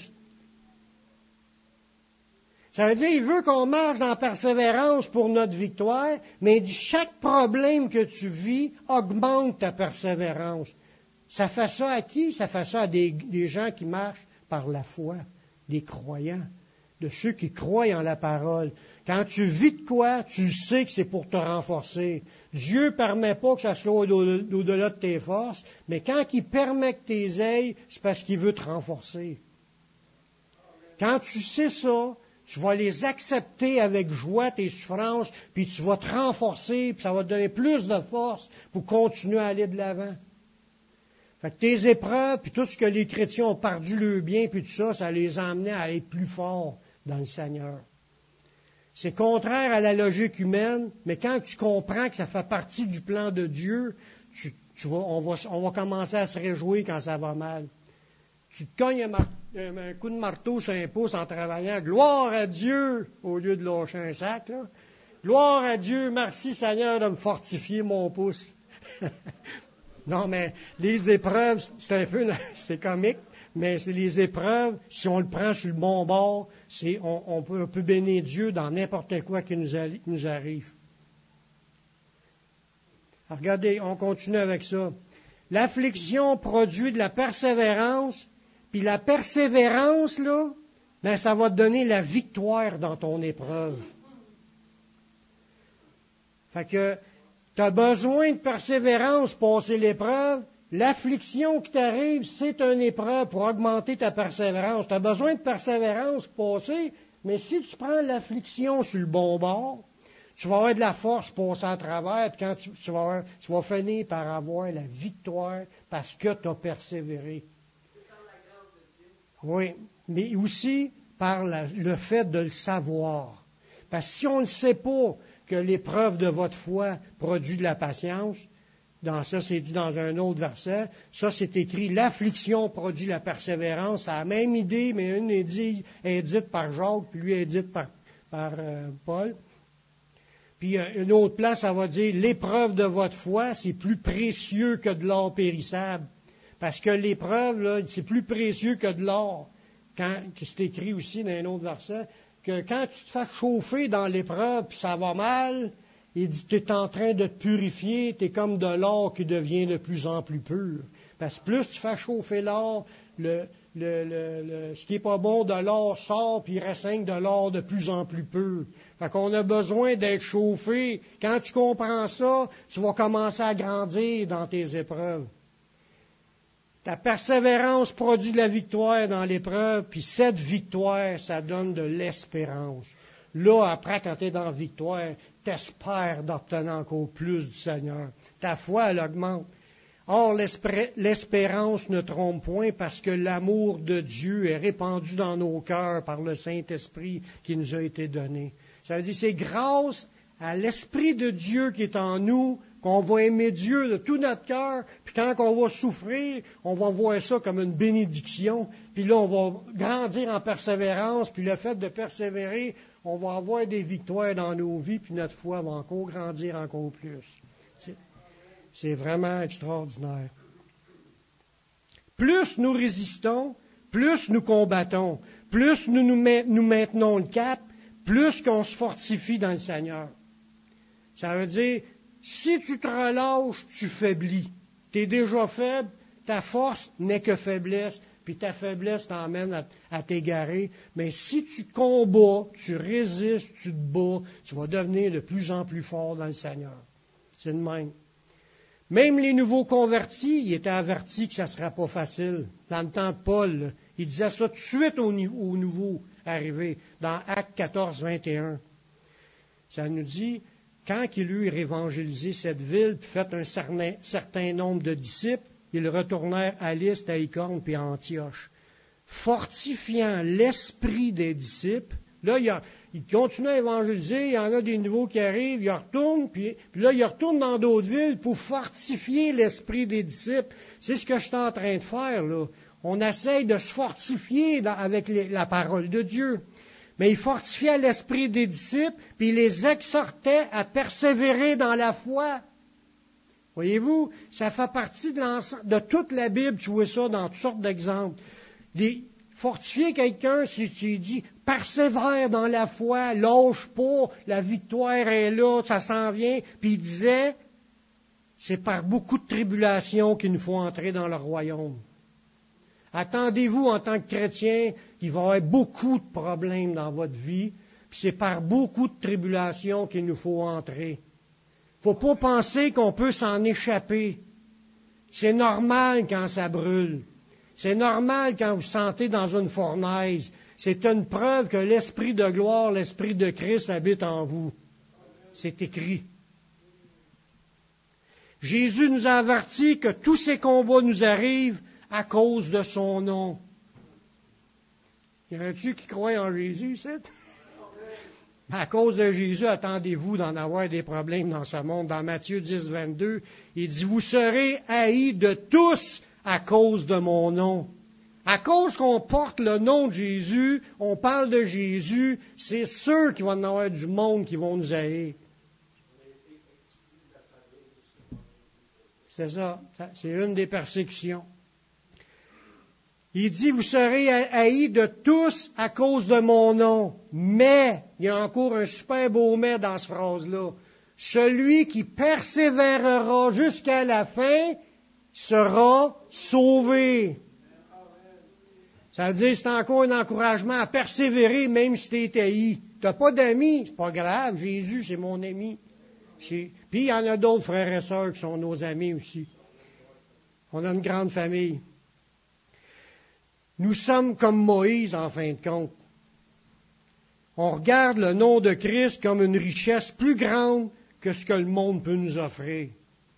Ça veut dire, il veut qu'on marche dans la persévérance pour notre victoire, mais il dit, chaque problème que tu vis augmente ta persévérance. Ça fait ça à qui? Ça fait ça à des gens qui marchent par la foi, des croyants, de ceux qui croient en la parole. Quand tu vis de quoi, tu sais que c'est pour te renforcer. Dieu ne permet pas que ça soit au-delà de tes forces, mais quand il permet que tu ailles, c'est parce qu'il veut te renforcer. Quand tu sais ça, tu vas les accepter avec joie, tes souffrances, puis tu vas te renforcer, puis ça va te donner plus de force pour continuer à aller de l'avant. Fait que tes épreuves, puis tout ce que les chrétiens ont perdu le bien, puis tout ça, ça les a amenés à être plus forts dans le Seigneur. C'est contraire à la logique humaine, mais quand tu comprends que ça fait partie du plan de Dieu, on va commencer à se réjouir quand ça va mal. Tu te cognes un coup de marteau sur un pouce en travaillant. Gloire à Dieu, au lieu de lâcher un sac. Là. Gloire à Dieu, merci Seigneur de me fortifier mon pouce. Non, mais les épreuves, c'est comique, mais c'est les épreuves, si on le prend sur le bon bord, on peut bénir Dieu dans n'importe quoi qui nous arrive. Alors, regardez, on continue avec ça. L'affliction produit de la persévérance. Puis la persévérance, là, ben, ça va te donner la victoire dans ton épreuve. Fait que tu as besoin de persévérance pour passer l'épreuve. L'affliction qui t'arrive, c'est une épreuve pour augmenter ta persévérance. Tu as besoin de persévérance pour passer, mais si tu prends l'affliction sur le bon bord, tu vas avoir de la force pour passer à travers, puis quand tu vas finir par avoir la victoire parce que tu as persévéré. Oui, mais aussi par le fait de le savoir. Parce que si on ne sait pas que l'épreuve de votre foi produit de la patience, c'est dit dans un autre verset, ça c'est écrit, l'affliction produit la persévérance, c'est la même idée, mais une est dite par Jacques, puis lui est dite par Paul. Puis une autre place, ça va dire, l'épreuve de votre foi, c'est plus précieux que de l'or périssable. Parce que l'épreuve, là, c'est plus précieux que de l'or. C'est écrit aussi dans un autre verset, que quand tu te fais chauffer dans l'épreuve, puis ça va mal, il dit, tu es en train de te purifier, tu es comme de l'or qui devient de plus en plus pur. Parce que plus tu fais chauffer l'or, ce qui n'est pas bon de l'or sort, puis il ressaigne de l'or de plus en plus pur. Fait qu'on a besoin d'être chauffé. Quand tu comprends ça, tu vas commencer à grandir dans tes épreuves. Ta persévérance produit de la victoire dans l'épreuve, puis cette victoire, ça donne de l'espérance. Là, après, quand tu es dans la victoire, tu espères d'obtenir encore plus du Seigneur. Ta foi, elle augmente. Or, l'espérance ne trompe point parce que l'amour de Dieu est répandu dans nos cœurs par le Saint-Esprit qui nous a été donné. Ça veut dire, c'est grâce à l'Esprit de Dieu qui est en nous qu'on va aimer Dieu de tout notre cœur, puis quand on va souffrir, on va voir ça comme une bénédiction, puis là, on va grandir en persévérance, puis le fait de persévérer, on va avoir des victoires dans nos vies, puis notre foi va encore grandir encore plus. C'est vraiment extraordinaire. Plus nous résistons, plus nous combattons, plus nous maintenons le cap, plus qu'on se fortifie dans le Seigneur. Ça veut dire, si tu te relâches, tu faiblis. Tu es déjà faible, ta force n'est que faiblesse, puis ta faiblesse t'emmène à t'égarer. Mais si tu combats, tu résistes, tu te bats, tu vas devenir de plus en plus fort dans le Seigneur. C'est le même. Même les nouveaux convertis, ils étaient avertis que ça ne sera pas facile. Dans le temps de Paul, là, il disait ça tout de suite aux nouveaux arrivés, dans Actes 14, 21. Ça nous dit, quand il eut évangélisé cette ville, puis fait un certain nombre de disciples, ils retournèrent à Lystre, à Icône, puis à Antioche, fortifiant l'esprit des disciples. Là, il continue à évangéliser, il y en a des nouveaux qui arrivent, il retourne, puis là, il retourne dans d'autres villes pour fortifier l'esprit des disciples. C'est ce que je suis en train de faire, là. On essaye de se fortifier avec la parole de Dieu. Mais il fortifiait l'esprit des disciples, puis il les exhortait à persévérer dans la foi. Voyez-vous, ça fait partie de toute la Bible, tu vois ça dans toutes sortes d'exemples. Fortifier quelqu'un, si tu dis, persévère dans la foi, lâche pas, la victoire est là, ça s'en vient. Puis il disait, c'est par beaucoup de tribulations qu'il nous faut entrer dans le royaume. Attendez-vous en tant que chrétien qu'il va y avoir beaucoup de problèmes dans votre vie, puis c'est par beaucoup de tribulations qu'il nous faut entrer. Il ne faut pas penser qu'on peut s'en échapper. C'est normal quand ça brûle. C'est normal quand vous sentez dans une fournaise. C'est une preuve que l'Esprit de gloire, l'Esprit de Christ habite en vous. C'est écrit. Jésus nous a avertis que tous ces combats nous arrivent à cause de son nom. Y en a-tu qui croient en Jésus, c'est? À cause de Jésus, attendez-vous d'en avoir des problèmes dans ce monde. Dans Matthieu 10, 22, il dit, vous serez haïs de tous à cause de mon nom. À cause qu'on porte le nom de Jésus, on parle de Jésus, c'est sûr qu'il va y en avoir du monde qui vont nous haïr. C'est ça, c'est une des persécutions. Il dit, vous serez haïs de tous à cause de mon nom. Mais, il y a encore un super beau mais dans cette phrase-là. Celui qui persévérera jusqu'à la fin sera sauvé. Ça veut dire que c'est encore un encouragement à persévérer même si tu es haï. Tu n'as pas d'amis, c'est pas grave, Jésus c'est mon ami. Puis il y en a d'autres frères et sœurs qui sont nos amis aussi. On a une grande famille. Nous sommes comme Moïse, en fin de compte. On regarde le nom de Christ comme une richesse plus grande que ce que le monde peut nous offrir.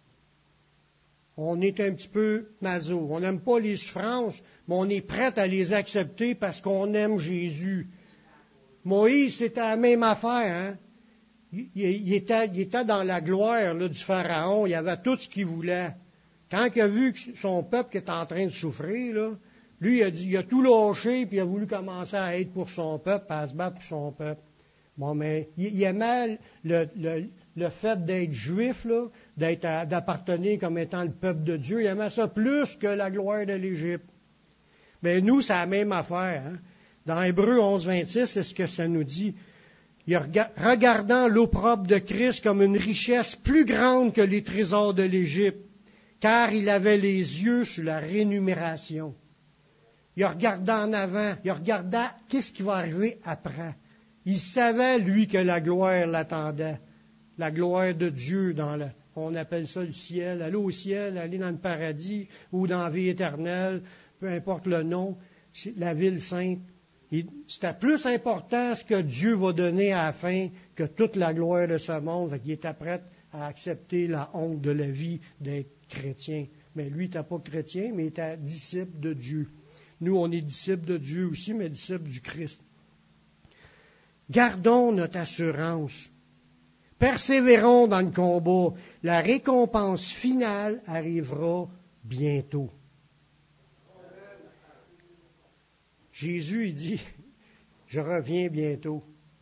On est un petit peu maso. On n'aime pas les souffrances, mais on est prêt à les accepter parce qu'on aime Jésus. Moïse, c'était la même affaire. Hein? Il était dans la gloire là, du Pharaon. Il avait tout ce qu'il voulait. Quand il a vu que son peuple était en train de souffrir, là, lui, il a tout lâché, puis il a voulu commencer à être pour son peuple, à se battre pour son peuple. Bon, mais il aimait le fait d'être juif, là, d'appartenir comme étant le peuple de Dieu. Il aimait ça plus que la gloire de l'Égypte. Mais nous, c'est la même affaire. Hein? Dans Hébreux 11, 26, c'est ce que ça nous dit. Regardant l'opprobre de Christ comme une richesse plus grande que les trésors de l'Égypte, car il avait les yeux sur la rémunération. Il regardait en avant, il regardait qu'est-ce qui va arriver après. Il savait, lui, que la gloire l'attendait. La gloire de Dieu on appelle ça le ciel, aller au ciel, aller dans le paradis ou dans la vie éternelle, peu importe le nom, c'est la ville sainte. C'était plus important ce que Dieu va donner à la fin que toute la gloire de ce monde. Il était prêt à accepter la honte de la vie d'être chrétien. Mais lui, il n'était pas chrétien, mais il était disciple de Dieu. Nous, on est disciples de Dieu aussi, mais disciples du Christ. Gardons notre assurance. Persévérons dans le combat. La récompense finale arrivera bientôt. Jésus, il dit, je reviens bientôt.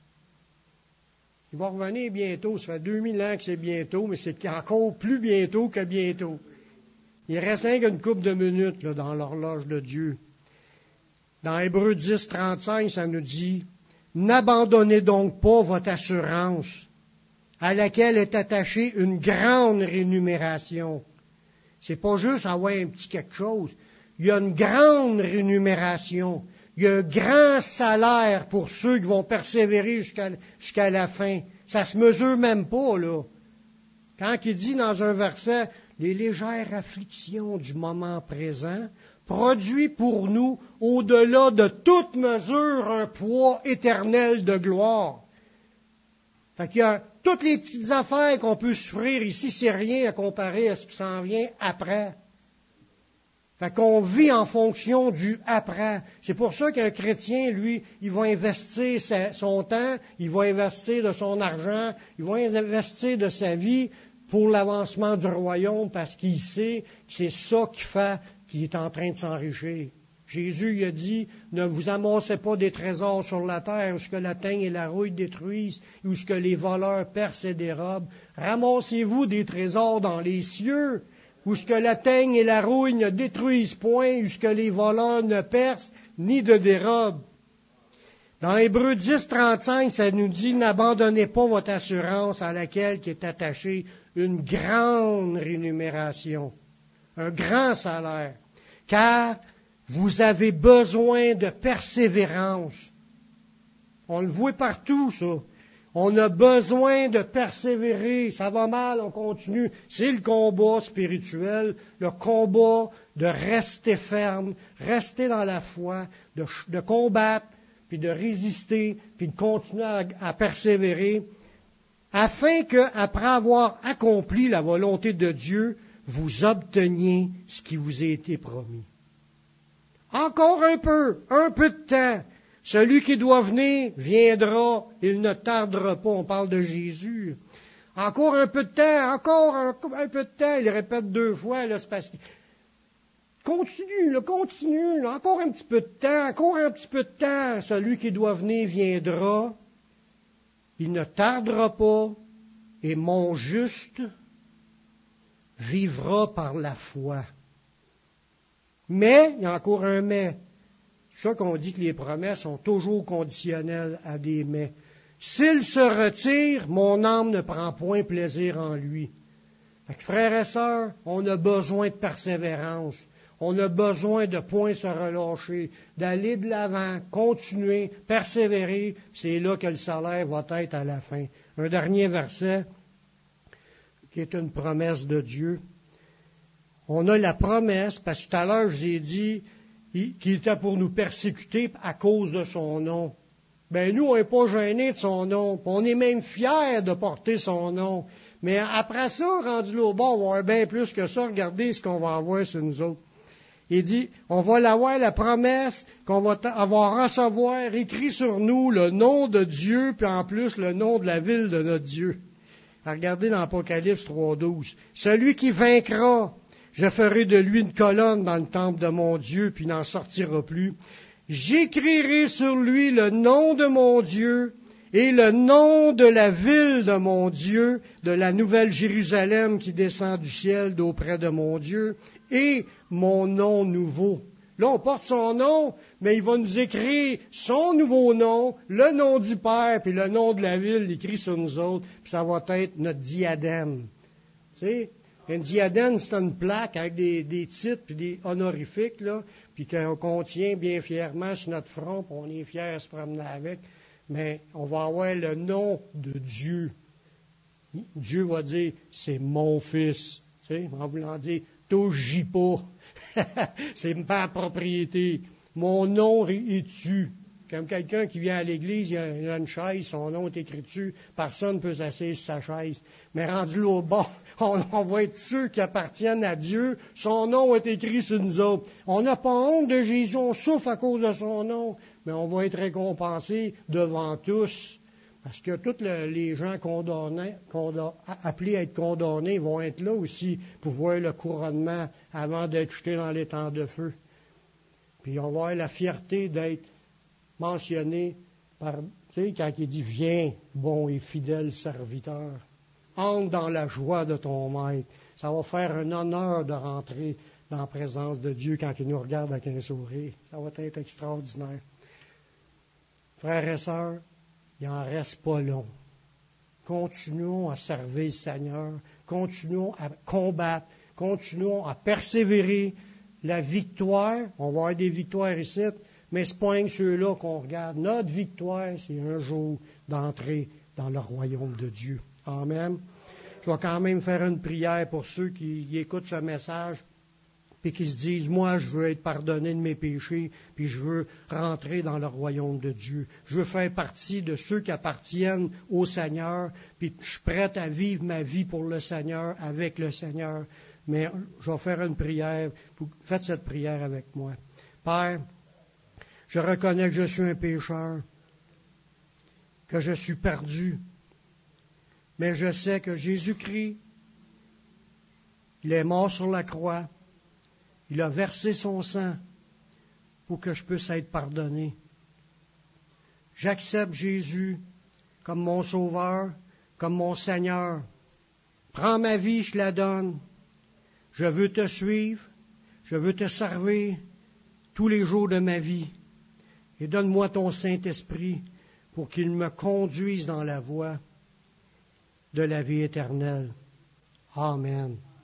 Il va revenir bientôt. Ça fait 2000 ans que c'est bientôt, mais c'est encore plus bientôt que bientôt. Il reste une couple de minutes là, dans l'horloge de Dieu. Dans Hébreux 10, 35, ça nous dit, n'abandonnez donc pas votre assurance, à laquelle est attachée une grande rémunération. C'est pas juste avoir un petit quelque chose. Il y a une grande rémunération. Il y a un grand salaire pour ceux qui vont persévérer jusqu'à la fin. Ça se mesure même pas, là. Quand il dit dans un verset, les légères afflictions du moment présent produit pour nous, au-delà de toute mesure, un poids éternel de gloire. Fait qu'il y a toutes les petites affaires qu'on peut souffrir ici, c'est rien à comparer à ce qui s'en vient après. Fait qu'on vit en fonction du après. C'est pour ça qu'un chrétien, lui, il va investir son temps, il va investir de son argent, il va investir de sa vie pour l'avancement du royaume parce qu'il sait que c'est ça qui fait qu'il est en train de s'enrichir. Jésus il a dit, ne vous amassez pas des trésors sur la terre où ce que la teigne et la rouille détruisent, où ce que les voleurs percent et dérobent. Ramassez-vous des trésors dans les cieux, où ce que la teigne et la rouille ne détruisent point, où ce que les voleurs ne percent ni ne dérobent. Dans Hébreux 10, 35, ça nous dit, n'abandonnez pas votre assurance à laquelle est attachée une grande rémunération, un grand salaire, car vous avez besoin de persévérance. On le voit partout, ça. On a besoin de persévérer. Ça va mal, on continue. C'est le combat spirituel, le combat de rester ferme, rester dans la foi, de combattre, puis de résister, puis de continuer à persévérer, afin que, après avoir accompli la volonté de Dieu, vous obteniez ce qui vous a été promis. Encore un peu de temps. Celui qui doit venir viendra, il ne tardera pas. On parle de Jésus. Encore un peu de temps, encore un peu de temps. Il répète 2 fois, là, c'est parce qu'il continue, là, encore un petit peu de temps, encore un petit peu de temps. Celui qui doit venir viendra, il ne tardera pas, et mon juste vivra par la foi. Mais, il y a encore un mais. C'est ça qu'on dit que les promesses sont toujours conditionnelles à des mais. S'il se retire, mon âme ne prend point plaisir en lui. Fait que, frères et sœurs, on a besoin de persévérance. On a besoin de point se relâcher, d'aller de l'avant, continuer, persévérer. C'est là que le salaire va être à la fin. Un dernier verset, qui est une promesse de Dieu. On a la promesse, parce que tout à l'heure, je vous ai dit qu'il était pour nous persécuter à cause de son nom. Ben nous, on n'est pas gênés de son nom. On est même fiers de porter son nom. Mais après ça, rendu là au bord, on va avoir bien plus que ça. Regardez ce qu'on va avoir sur nous autres. Il dit, on va l'avoir la promesse qu'on va avoir recevoir écrit sur nous le nom de Dieu, puis en plus le nom de la ville de notre Dieu. Regardez dans Apocalypse 3.12. Celui qui vaincra, je ferai de lui une colonne dans le temple de mon Dieu, puis il n'en sortira plus. J'écrirai sur lui le nom de mon Dieu et le nom de la ville de mon Dieu, de la nouvelle Jérusalem qui descend du ciel d'auprès de mon Dieu, et mon nom nouveau. Là, on porte son nom, mais il va nous écrire son nouveau nom, le nom du Père, puis le nom de la ville écrit sur nous autres, puis ça va être notre diadème. Tu sais? Un diadème, c'est une plaque avec des titres puis des honorifiques, là, puis qu'on tient bien fièrement sur notre front, puis on est fiers de se promener avec. Mais on va avoir le nom de Dieu. Dieu va dire, c'est mon fils. Tu sais, en voulant dire, touche-y pas. C'est ma propriété. Mon nom est tu. Comme quelqu'un qui vient à l'église, il y a une chaise, son nom est écrit dessus, personne ne peut s'asseoir sur sa chaise. Mais rendu là au bas, on va être ceux qui appartiennent à Dieu, son nom est écrit sur nous autres. On n'a pas honte de Jésus, on souffre à cause de son nom, mais on va être récompensés devant tous. Parce que tous les gens appelés à être condamnés vont être là aussi pour voir le couronnement avant d'être jetés dans les temps de feu. Puis on va avoir la fierté d'être mentionné par, tu sais, quand il dit « Viens, bon et fidèle serviteur, entre dans la joie de ton maître ». Ça va faire un honneur de rentrer dans la présence de Dieu quand il nous regarde avec un sourire. Ça va être extraordinaire. Frères et sœurs, il n'en reste pas long. Continuons à servir le Seigneur, continuons à combattre, continuons à persévérer. La victoire, on va avoir des victoires ici, mais ce n'est pas que ceux-là qu'on regarde. Notre victoire, c'est un jour d'entrer dans le royaume de Dieu. Amen. Je vais quand même faire une prière pour ceux qui écoutent ce message et qui se disent, moi, je veux être pardonné de mes péchés, puis je veux rentrer dans le royaume de Dieu. Je veux faire partie de ceux qui appartiennent au Seigneur, puis je suis prêt à vivre ma vie pour le Seigneur, avec le Seigneur. mais je vais faire une prière. Faites cette prière avec moi. Père, je reconnais que je suis un pécheur, que je suis perdu, mais je sais que Jésus-Christ, il est mort sur la croix, il a versé son sang pour que je puisse être pardonné. J'accepte Jésus comme mon Sauveur, comme mon Seigneur. Prends ma vie, je la donne. Je veux te suivre, je veux te servir tous les jours de ma vie. Et donne-moi ton Saint-Esprit pour qu'il me conduise dans la voie de la vie éternelle. Amen.